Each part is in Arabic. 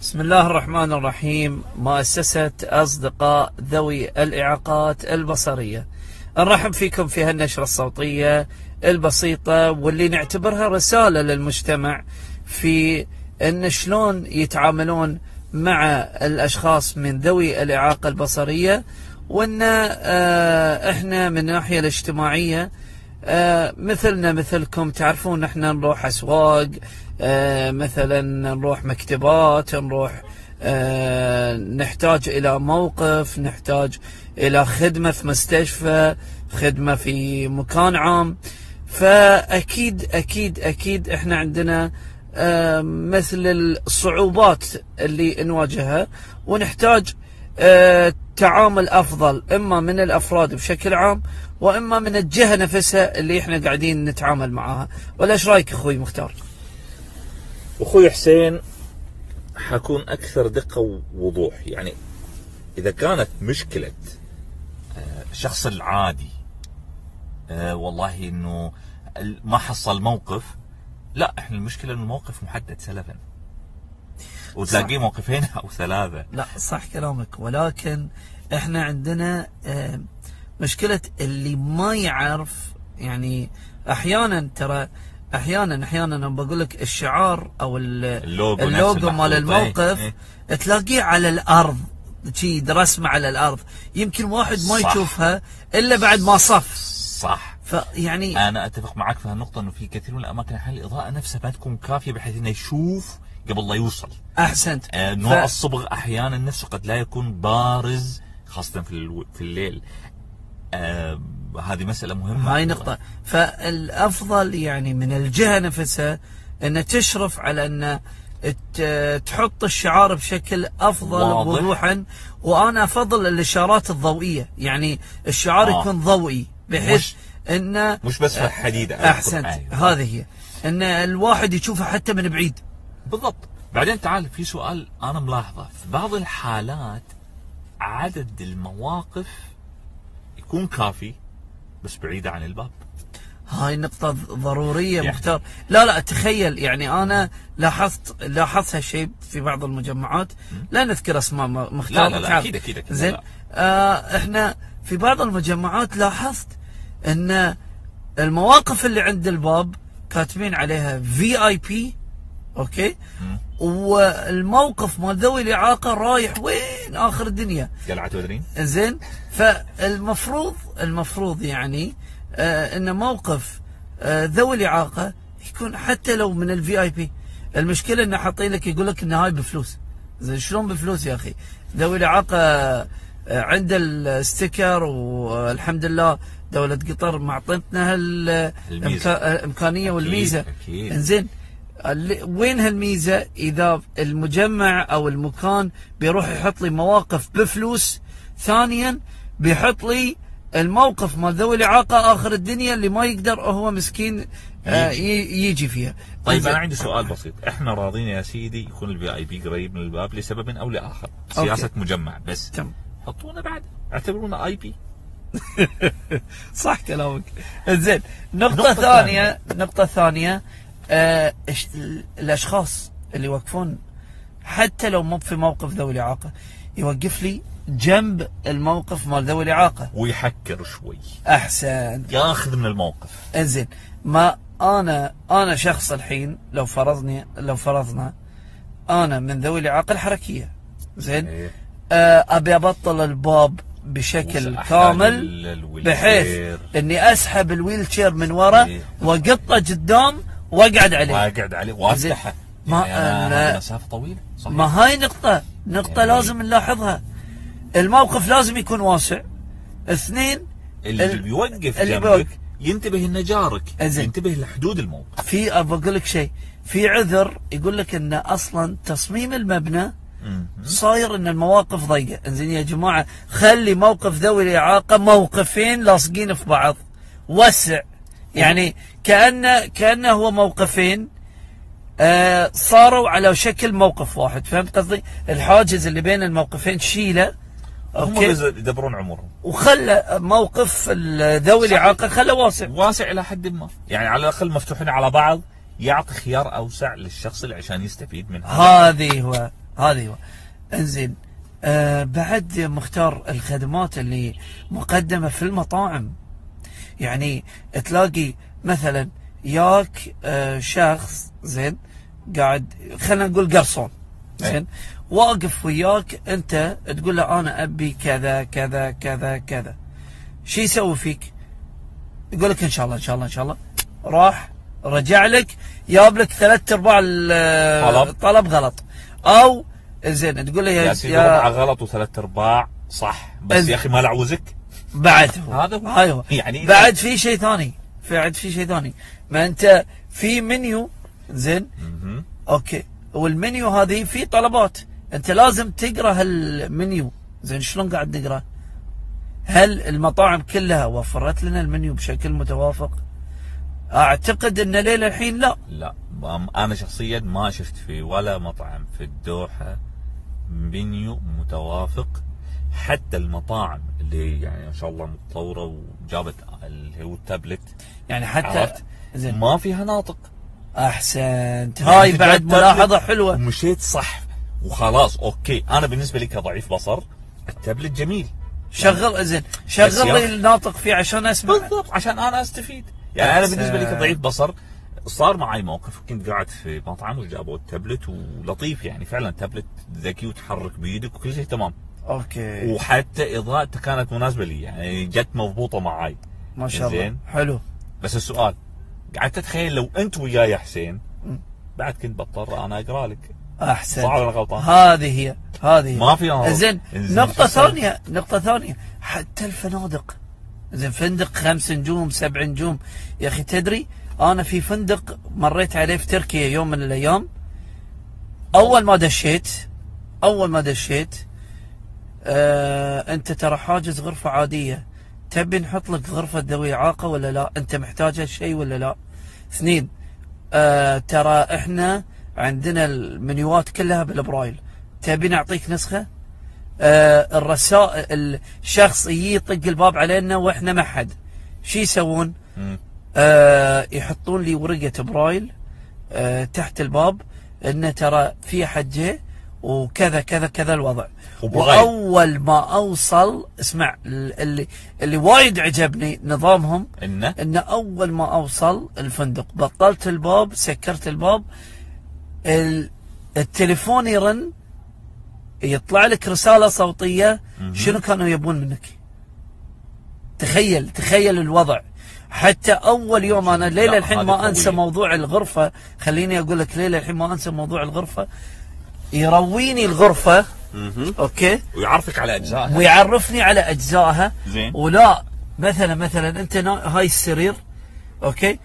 بسم الله الرحمن الرحيم. مؤسسة أصدقاء ذوي الإعاقات البصرية، نرحب فيكم في هالنشرة الصوتية البسيطة واللي نعتبرها رسالة للمجتمع في أن شلون يتعاملون مع الأشخاص من ذوي الإعاقة البصرية، وأن إحنا من الناحية الاجتماعية مثلنا مثلكم، تعرفون احنا نروح أسواق، مثلا نروح مكتبات، نروح نحتاج إلى موقف، نحتاج إلى خدمة في مستشفى، خدمة في مكان عام. فأكيد أكيد أكيد احنا عندنا مثل الصعوبات اللي نواجهها، ونحتاج تعامل أفضل إما من الأفراد بشكل عام وإما من الجهة نفسها اللي احنا قاعدين نتعامل معها. ولا ايش رايك أخوي مختار؟ أخوي حسين، حكون أكثر دقة ووضوح. يعني إذا كانت مشكلة الشخص العادي والله إنه ما حصل موقف، لا، إحنا المشكلة إنه الموقف محدد سلفا وتلاقيه موقفين أو ثلاثة. لا صح كلامك، ولكن إحنا عندنا مشكلة اللي ما يعرف. يعني أحيانا ترى احيانا انا بقول لك الشعار او اللوجو مال الموقف تلاقيه على الارض، شي رسمه على الارض، يمكن واحد ما يشوفها الا بعد ما صف. صح. فيعني انا اتفق معك في هالنقطه، انه في كثير من الاماكن احيانا الاضاءه نفسها ما تكون كافيه بحيث انه يشوف قبل لا يوصل. احسنت. نوع الصبغ احيانا نفسه قد لا يكون بارز، خاصه في الليل. هذه مسألة مهمة. هاي نقطة. فالأفضل يعني من الجهة نفسها أن تشرف على أن تحط الشعار بشكل أفضل وضوحا. وأنا أفضل الإشارات الضوئية، يعني الشعار يكون ضوئي بحيث أنه مش بس في الحديدة. أحسنت. هذه هي أن الواحد يشوفه حتى من بعيد. بالضبط. بعدين تعال، في سؤال أنا ملاحظه في بعض الحالات، عدد المواقف يكون كافي بس بعيدة عن الباب. هاي نقطة ضرورية يعني. مختار، لا تخيل، يعني أنا لاحظت هالشيء في بعض المجمعات، لا نذكر أسماء مختار. لا أكيد زين. إحنا في بعض المجمعات لاحظت أن المواقف اللي عند الباب كاتبين عليها VIP، أوكي، والموقف مال ذوي الإعاقة رايح وين آخر الدنيا، قلعة ودرين. زين. فالمفروض يعني ان موقف ذوي الإعاقة يكون حتى لو من الVIP. المشكلة انه حاطين لك، يقول لك ان هاي بفلوس. زين، شلون بفلوس يا اخي؟ ذوي الإعاقة عند الستيكر، والحمد لله دولة قطر معطتنا الامكانية والميزة. زين، وين هالميزة؟ إذا المجمع أو المكان بيروح يحط لي مواقف بفلوس، ثانيا بيحط لي الموقف مال ذوي الإعاقة آخر الدنيا اللي ما يقدر هو مسكين يجي فيها. طيب أنا عندي سؤال بسيط. إحنا راضين يا سيدي يكون الVIP قريب من الباب لسبب أو لآخر، سياسة مجمع، بس حطونا بعد، اعتبرونا IP. صح كلامك. زين، نقطة ثانية، الأشخاص اللي يوقفون حتى لو مو في موقف ذوي الإعاقة، يوقف لي جنب الموقف مال ذوي الإعاقة ويحكر شوي. أحسن، ياخذ من الموقف. انزين، ما أنا شخص الحين لو فرضنا أنا من ذوي الإعاقة الحركية، زين، أبي أبطل الباب بشكل كامل بحيث إني أسحب الويل شير من ورا وقطه قدام واقعد عليه وافتحه. يعني مسافه طويله. صحيح. ما هاي نقطة يعني لازم نلاحظها. الموقف لازم يكون واسع. اثنين، اللي بيوقف جنبك ينتبه ان جارك، ينتبه لحدود الموقف. في بقول لك شيء، في عذر يقول لك ان اصلا تصميم المبنى صاير ان المواقف ضيقه. انزين يا جماعه، خلي موقف ذوي الاعاقه موقفين لاصقين في بعض، وسع، يعني كأنه هو موقفين صاروا على شكل موقف واحد. فهمت قصدي؟ الحاجز اللي بين الموقفين شيله، هم يدبرون عمرهم، وخلى موقف ذوي الإعاقة خلى واسع إلى حد ما، يعني على الأقل مفتوحين على بعض، يعطي خيار أوسع للشخص اللي عشان يستفيد منها. هذه هو هذه هو. انزين بعد مختار الخدمات اللي مقدمة في المطاعم. يعني تلاقي مثلا ياك شخص زين قاعد، خلينا نقول قرصون زين، واقف وياك انت تقول له انا ابي كذا كذا كذا كذا، شو يسوي فيك؟ يقول لك ان شاء الله ان شاء الله ان شاء الله، راح رجع لك جاب لك 3/4 الطلب غلط. او زين تقول له يا ربع غلط و3/4 صح، بس يا اخي ما لعوزك بعد. هذا هو. ايوه يعني بعد في شيء ثاني، ما انت في منيو زين اوكي، والمنيو هذه في طلبات، انت لازم تقرا هالمنيو زين. شلون قاعد نقرا؟ هل المطاعم كلها وفرت لنا المنيو بشكل متوافق؟ اعتقد ان ليلة الحين لا. انا شخصيا ما شفت في ولا مطعم في الدوحة منيو متوافق. حتى المطاعم اللي يعني ما شاء الله متطورة وجابت اللي هو التابلت، يعني حتى زين ما فيها ناطق. احسنت، هاي بعد ملاحظة حلوة. ومشيت صح وخلاص اوكي. انا بالنسبة لي كضعيف بصر التابلت جميل، شغل زين، شغل لي الناطق فيه عشان اسمع. بالضبط، عشان انا استفيد. يعني انا بالنسبة لي كضعيف بصر صار معي موقف، كنت قاعد في مطعم وجابوا التابلت ولطيف، يعني فعلا تابلت ذكي وتحرك بيدك وكل شيء تمام اوكي، وحتى اضاءته كانت مناسبة لي، يعني جت مضبوطة معي ما شاء الله زين. حلو. بس السؤال قعدت اتخيل لو انت وياي يا حسين بعد كنت بضطر انا اقرا لك. احسن، صح ولا غلطان؟ هذه هي ما في زين. نقطة ثانية حتى الفنادق زين، فندق 5 نجوم 7 نجوم، يا اخي تدري انا في فندق مريت عليه في تركيا يوم من الايام، اول ما دشيت انت ترى حاجز غرفة عادية، تبي نحط لك غرفة ذوي إعاقة ولا لا؟ انت محتاج هالشيء ولا لا؟ 2 ترى احنا عندنا المنيوات كلها بالبرايل، تبي نعطيك نسخة؟ الرسائل الشخص يجي يطق الباب علينا واحنا ما حد، شو يسوون؟ يحطون لي ورقة برايل تحت الباب انه ترى في حد جه وكذا كذا كذا الوضع. واول ما اوصل، اسمع اللي وايد عجبني نظامهم، انه اول ما اوصل الفندق بطلت الباب، سكرت الباب، التليفون يرن، يطلع لك رسالة صوتية شنو كانوا يبون منك. تخيل الوضع. حتى اول يوم انا ليلة الحين ما انسى موضوع الغرفة، خليني اقول لك ليلة الحين ما انسى موضوع الغرفة، يرويني الغرفة اوكي ويعرفك على اجزائها ويعرفني على اجزائها زين. ولا مثلا انت هاي السرير اوكي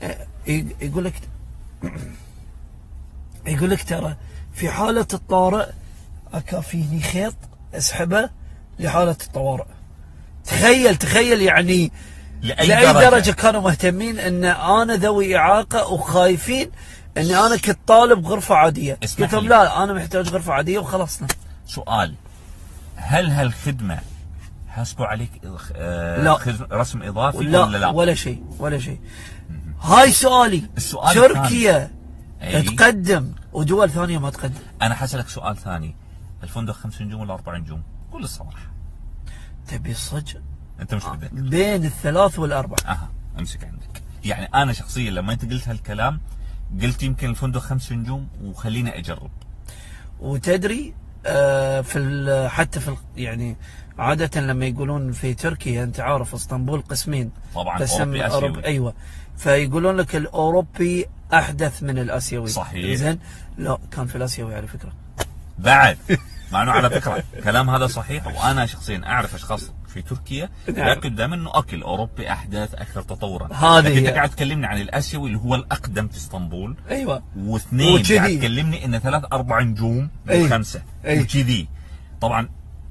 يقول لك ترى في حالة الطارئ اكافيني خيط اسحبه لحالة الطوارئ. تخيل يعني لأي درجة كانوا مهتمين ان انا ذوي اعاقة وخايفين اني انا كنت طالب غرفة عادية. قلت لهم لا انا محتاج غرفة عادية وخلصنا. سؤال، هل هالخدمة حاسبوا عليك لا رسم اضافي ولا لا؟ ولا شيء. هاي سؤالي. تركيا تقدم ودول ثانية ما تقدم. انا حسألك سؤال ثاني، الفندق 5 نجوم ولا 4 نجوم؟ قول الصراحة. تبي الصج؟ انت مش بدك بين ال3 وال4. امسك عندك. يعني انا شخصيا لما انت قلت هالكلام قلت يمكن الفندق 5 نجوم وخليني اجرب. وتدري حتى في يعني عادة لما يقولون في تركيا، انت عارف اسطنبول قسمين طبعا، قسم أوروبي. ايوه، فيقولون لك الاوروبي احدث من الاسيوي. صحيح. زين، لا كان في الاسيوي على فكرة بعد مع انه على فكرة كلام هذا صحيح، وانا شخصيا اعرف اشخاص في تركيا يأكد دائما انه اكل اوروبي احدث اكثر تطورا. هذه انت قاعد تكلمني عن الاسيوي اللي هو الاقدم في اسطنبول. ايوه. واثنين قاعد تكلمني انه 3 4 نجوم و5 وكذي. طبعا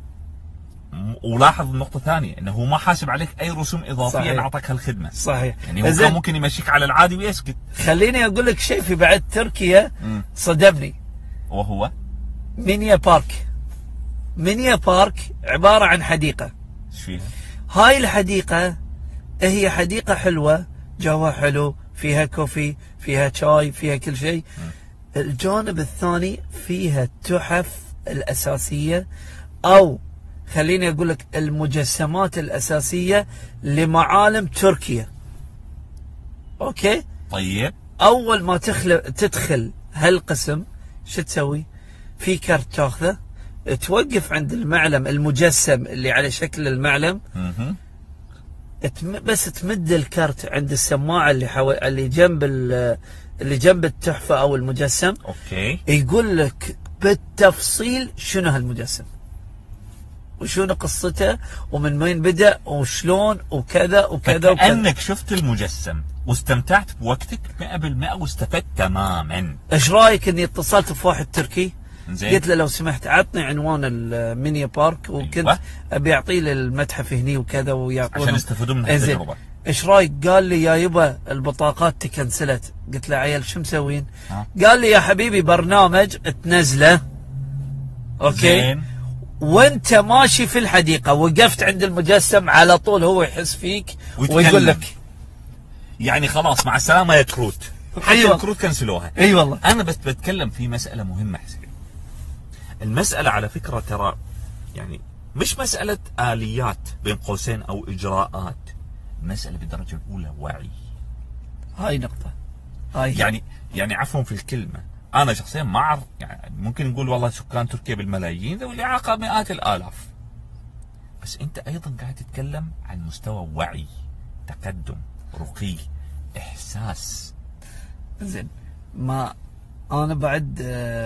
ولاحظ نقطة ثانية انه هو ما حاسب عليك اي رسوم اضافية ان اعطاك هالخدمة. صحيح. يعني هو كان ممكن يمشيك على العادي ويسكت. خليني اقول لك شيء في بعد تركيا صدمني، وهو مينيا بارك عبارة عن حديقة. ايش فيها؟ هاي الحديقة هي حديقة حلوة، جوها حلو، فيها كوفي، فيها شاي، فيها كل شيء. الجانب الثاني فيها التحف الأساسية، أو خليني أقول لك المجسمات الأساسية لمعالم تركيا. أوكي؟ طيب أول ما تدخل هالقسم شو تسوي؟ في كرت تاخذه، توقف عند المعلم المجسم اللي على شكل المعلم، بس تمد الكرت عند السماعة اللي جنب التحفة أو المجسم. اوكي. يقول لك بالتفصيل شنو هالمجسم وشنو قصته ومن وين بدأ وشلون وكذا وكذا وكذا. كأنك شفت المجسم واستمتعت بوقتك 100% واستفدت تماما. ايش رايك اني اتصلت في واحد تركي، زين. قلت له لو سمحت عطني عنوان المينيا بارك، وكنت أيوة. ابي اعطيه للمتحف هني وكذا ويعطونه عشان يستفيدون من التجربة. ايش رايك؟ قال لي يا يبا البطاقات تكنسلت. قلت له عيل شو مسوين؟ قال لي يا حبيبي برنامج تنزله، اوكي، زين. وانت ماشي في الحديقة وقفت عند المجسم على طول هو يحس فيك ويقول لك يعني خلاص مع السلامة يا كروت. حتى أيوة. الكروت كنسلوها. اي والله. انا بس بتكلم في مسألة مهمة حسين. المسألة على فكرة ترى يعني مش مسألة آليات بين قوسين او اجراءات، مسألة بالدرجة الاولى وعي. هاي نقطة. هاي يعني عفوا في الكلمة، انا شخصيا ما اعرف، يعني ممكن نقول والله سكان تركيا بالملايين ذوي الاعاقة مئات الالاف، بس انت ايضا قاعد تتكلم عن مستوى وعي، تقدم، رقي، احساس. زين، ما انا بعد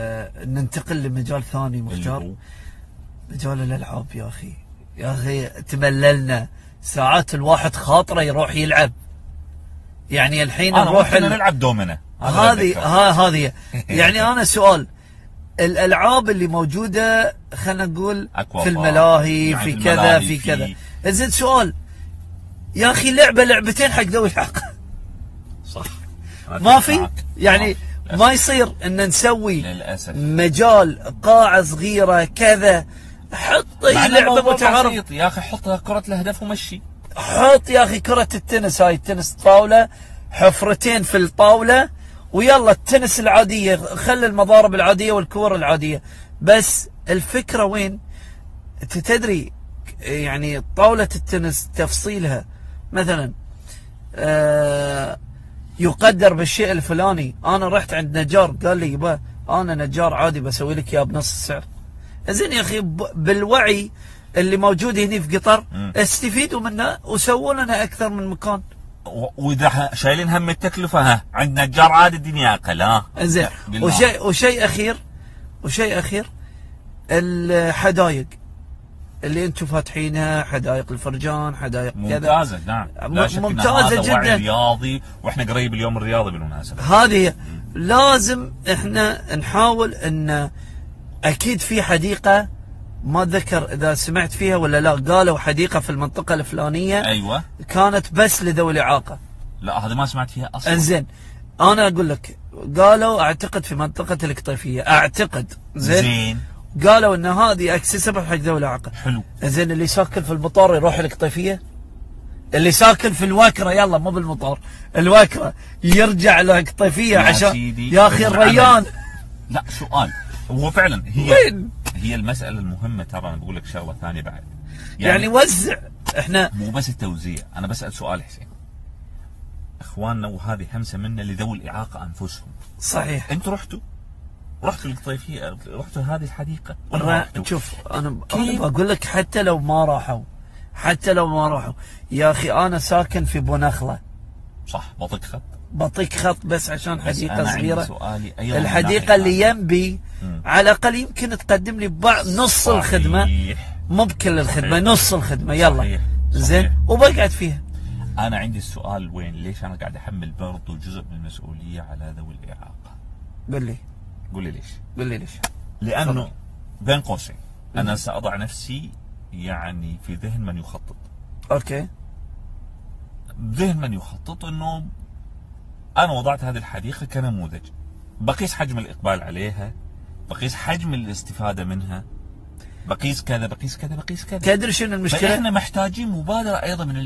ننتقل لمجال ثاني مختار، مجال الالعاب. يا اخي تمللنا ساعات، الواحد خاطره يروح يلعب. يعني الحين نروح نلعب دومنا. هذه يعني انا سؤال، الالعاب اللي موجوده خلينا نقول في الملاهي، يعني في كذا في كذا، زين سؤال يا اخي، لعبتين حق ذوي الحق صح، ما في يعني ما يصير ان نسوي للأسف مجال قاعه صغيره كذا، حط لعبه متعارف يا اخي، حط كره الهدف ومشي. حط يا اخي كره التنس، هاي التنس طاوله، حفرتين في الطاوله، ويلا التنس العاديه، خلي المضارب العاديه والكور العاديه. بس الفكره وين؟ انت تدري يعني طاوله التنس تفصيلها مثلا يقدر بالشيء الفلاني. انا رحت عند نجار قال لي يبا انا نجار عادي بسوي لك اياه بنص السعر. زين يا اخي، بالوعي اللي موجود هنا في قطر استفيدوا منه وسووا لنا اكثر من مكان. واذا شايلين هم التكلفه عند نجار عادي الدنيا اقل. زين. وشيء اخير الحدايق اللي انتم فاتحينها، حدائق الفرجان، حدائق كذا، ممتازه. نعم، ممتازه جدا، وعي رياضي، واحنا قريب اليوم الرياضي بالمناسبه. هذه لازم احنا نحاول ان اكيد في حديقه، ما اتذكر اذا سمعت فيها ولا لا، قالوا حديقه في المنطقه الفلانيه ايوه كانت بس لذوي الاعاقه. لا هذا ما سمعت فيها اصلا. انزين انا اقول لك، قالوا اعتقد في منطقه القطيفيه، اعتقد. زين قالوا ان هذه اكسسبل حق ذوي الاعاقه. حلو. زين اللي ساكن في المطار يروح القطيفيه، اللي ساكن في الواكره، يلا مو بالمطار، الواكره، يرجع القطيفيه عشان يا اخي الريان. لا سؤال، هو فعلا هي المساله المهمه. ترى انا بقول لك شغله ثانيه بعد، يعني وزع. احنا مو بس التوزيع، انا بسال سؤال حسين، اخواننا وهذه همسه منا لذوي الاعاقه انفسهم. صحيح. انتم رحتوا القطيفيه، رحتوا هذه الحديقه؟ شوف انا بقول لك حتى لو ما راحوا يا اخي، انا ساكن في بونخله. صح، بطيك خط بس عشان حديقه صغيره. سؤالي الحديقه اللي ينبي على الاقل يمكن تقدم لي نص الخدمه، مو بكل الخدمه، نص الخدمه. يلا صحيح. زين، وبقعد فيها. انا عندي السؤال وين، ليش انا قاعد احمل برضو جزء من المسؤوليه على ذوي الاعاقه؟ قول لي ليش. لانه بين قوسين انا ساضع نفسي يعني في ذهن من يخطط. اوكي. ذهن من يخطط انه انا وضعت هذه الحديقه كنموذج، بقيس حجم الاقبال عليها، بقيس حجم الاستفاده منها، بقيس كذا. تدري شنو المشكله؟ فاحنا محتاجين مبادره ايضا من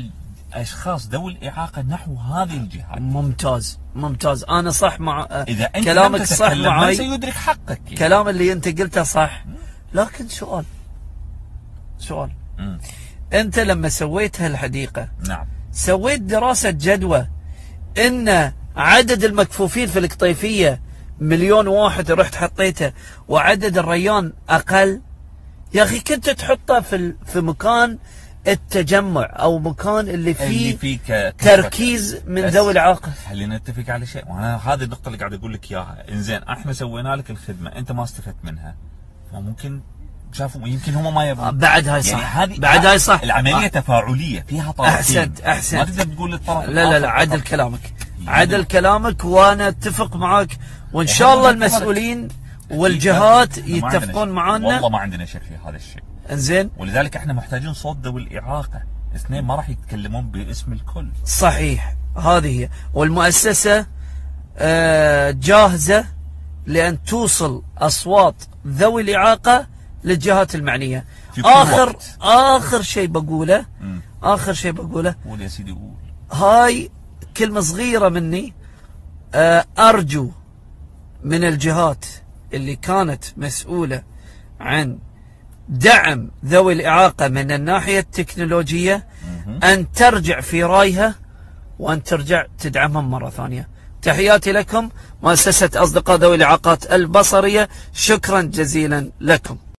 اشخاص ذوي الاعاقه نحو هذه الجهات. ممتاز ممتاز. انا صح مع اذا انت كلامك صح معي، من سيدرك حقك يعني. كلام اللي انت قلته صح، لكن سؤال انت لما سويت هالحديقه نعم سويت دراسه جدوى ان عدد المكفوفين في القطيفيه 1,000,000 واحد رحت حطيته وعدد الريان اقل؟ يا اخي كنت تحطه في مكان التجمع او مكان اللي فيه تركيز من ذوي الاعاقه. خلينا نتفق على شيء، وانا هذه النقطه اللي قاعد اقول لك اياها. انزين احنا سوينا لك الخدمه انت ما استفدت منها، فممكن شافوا يمكن هم ما يبغون. بعد هاي صح، يعني بعد هاي صح. العمليه تفاعليه فيها طرفين. احسنت ما تقدر تقول للطرف لا عدل كلامك، عدل كلامك، وانا اتفق معك، وان شاء الله المسؤولين والجهات يتفقون معنا. والله ما عندنا شك في هذا الشيء. انزين، ولذلك احنا محتاجين صوت ذوي الاعاقه، اثنين ما راح يتكلمون باسم الكل. صحيح، هذه هي. والمؤسسه جاهزه لان توصل اصوات ذوي الاعاقه للجهات المعنيه. اخر شيء بقوله قول يا سيدي قول. هاي كلمه صغيره مني، ارجو من الجهات اللي كانت مسؤوله عن دعم ذوي الإعاقة من الناحية التكنولوجية أن ترجع في رايها وأن ترجع تدعمهم مرة ثانية. تحياتي لكم مؤسسة أصدقاء ذوي الإعاقات البصرية، شكرا جزيلا لكم.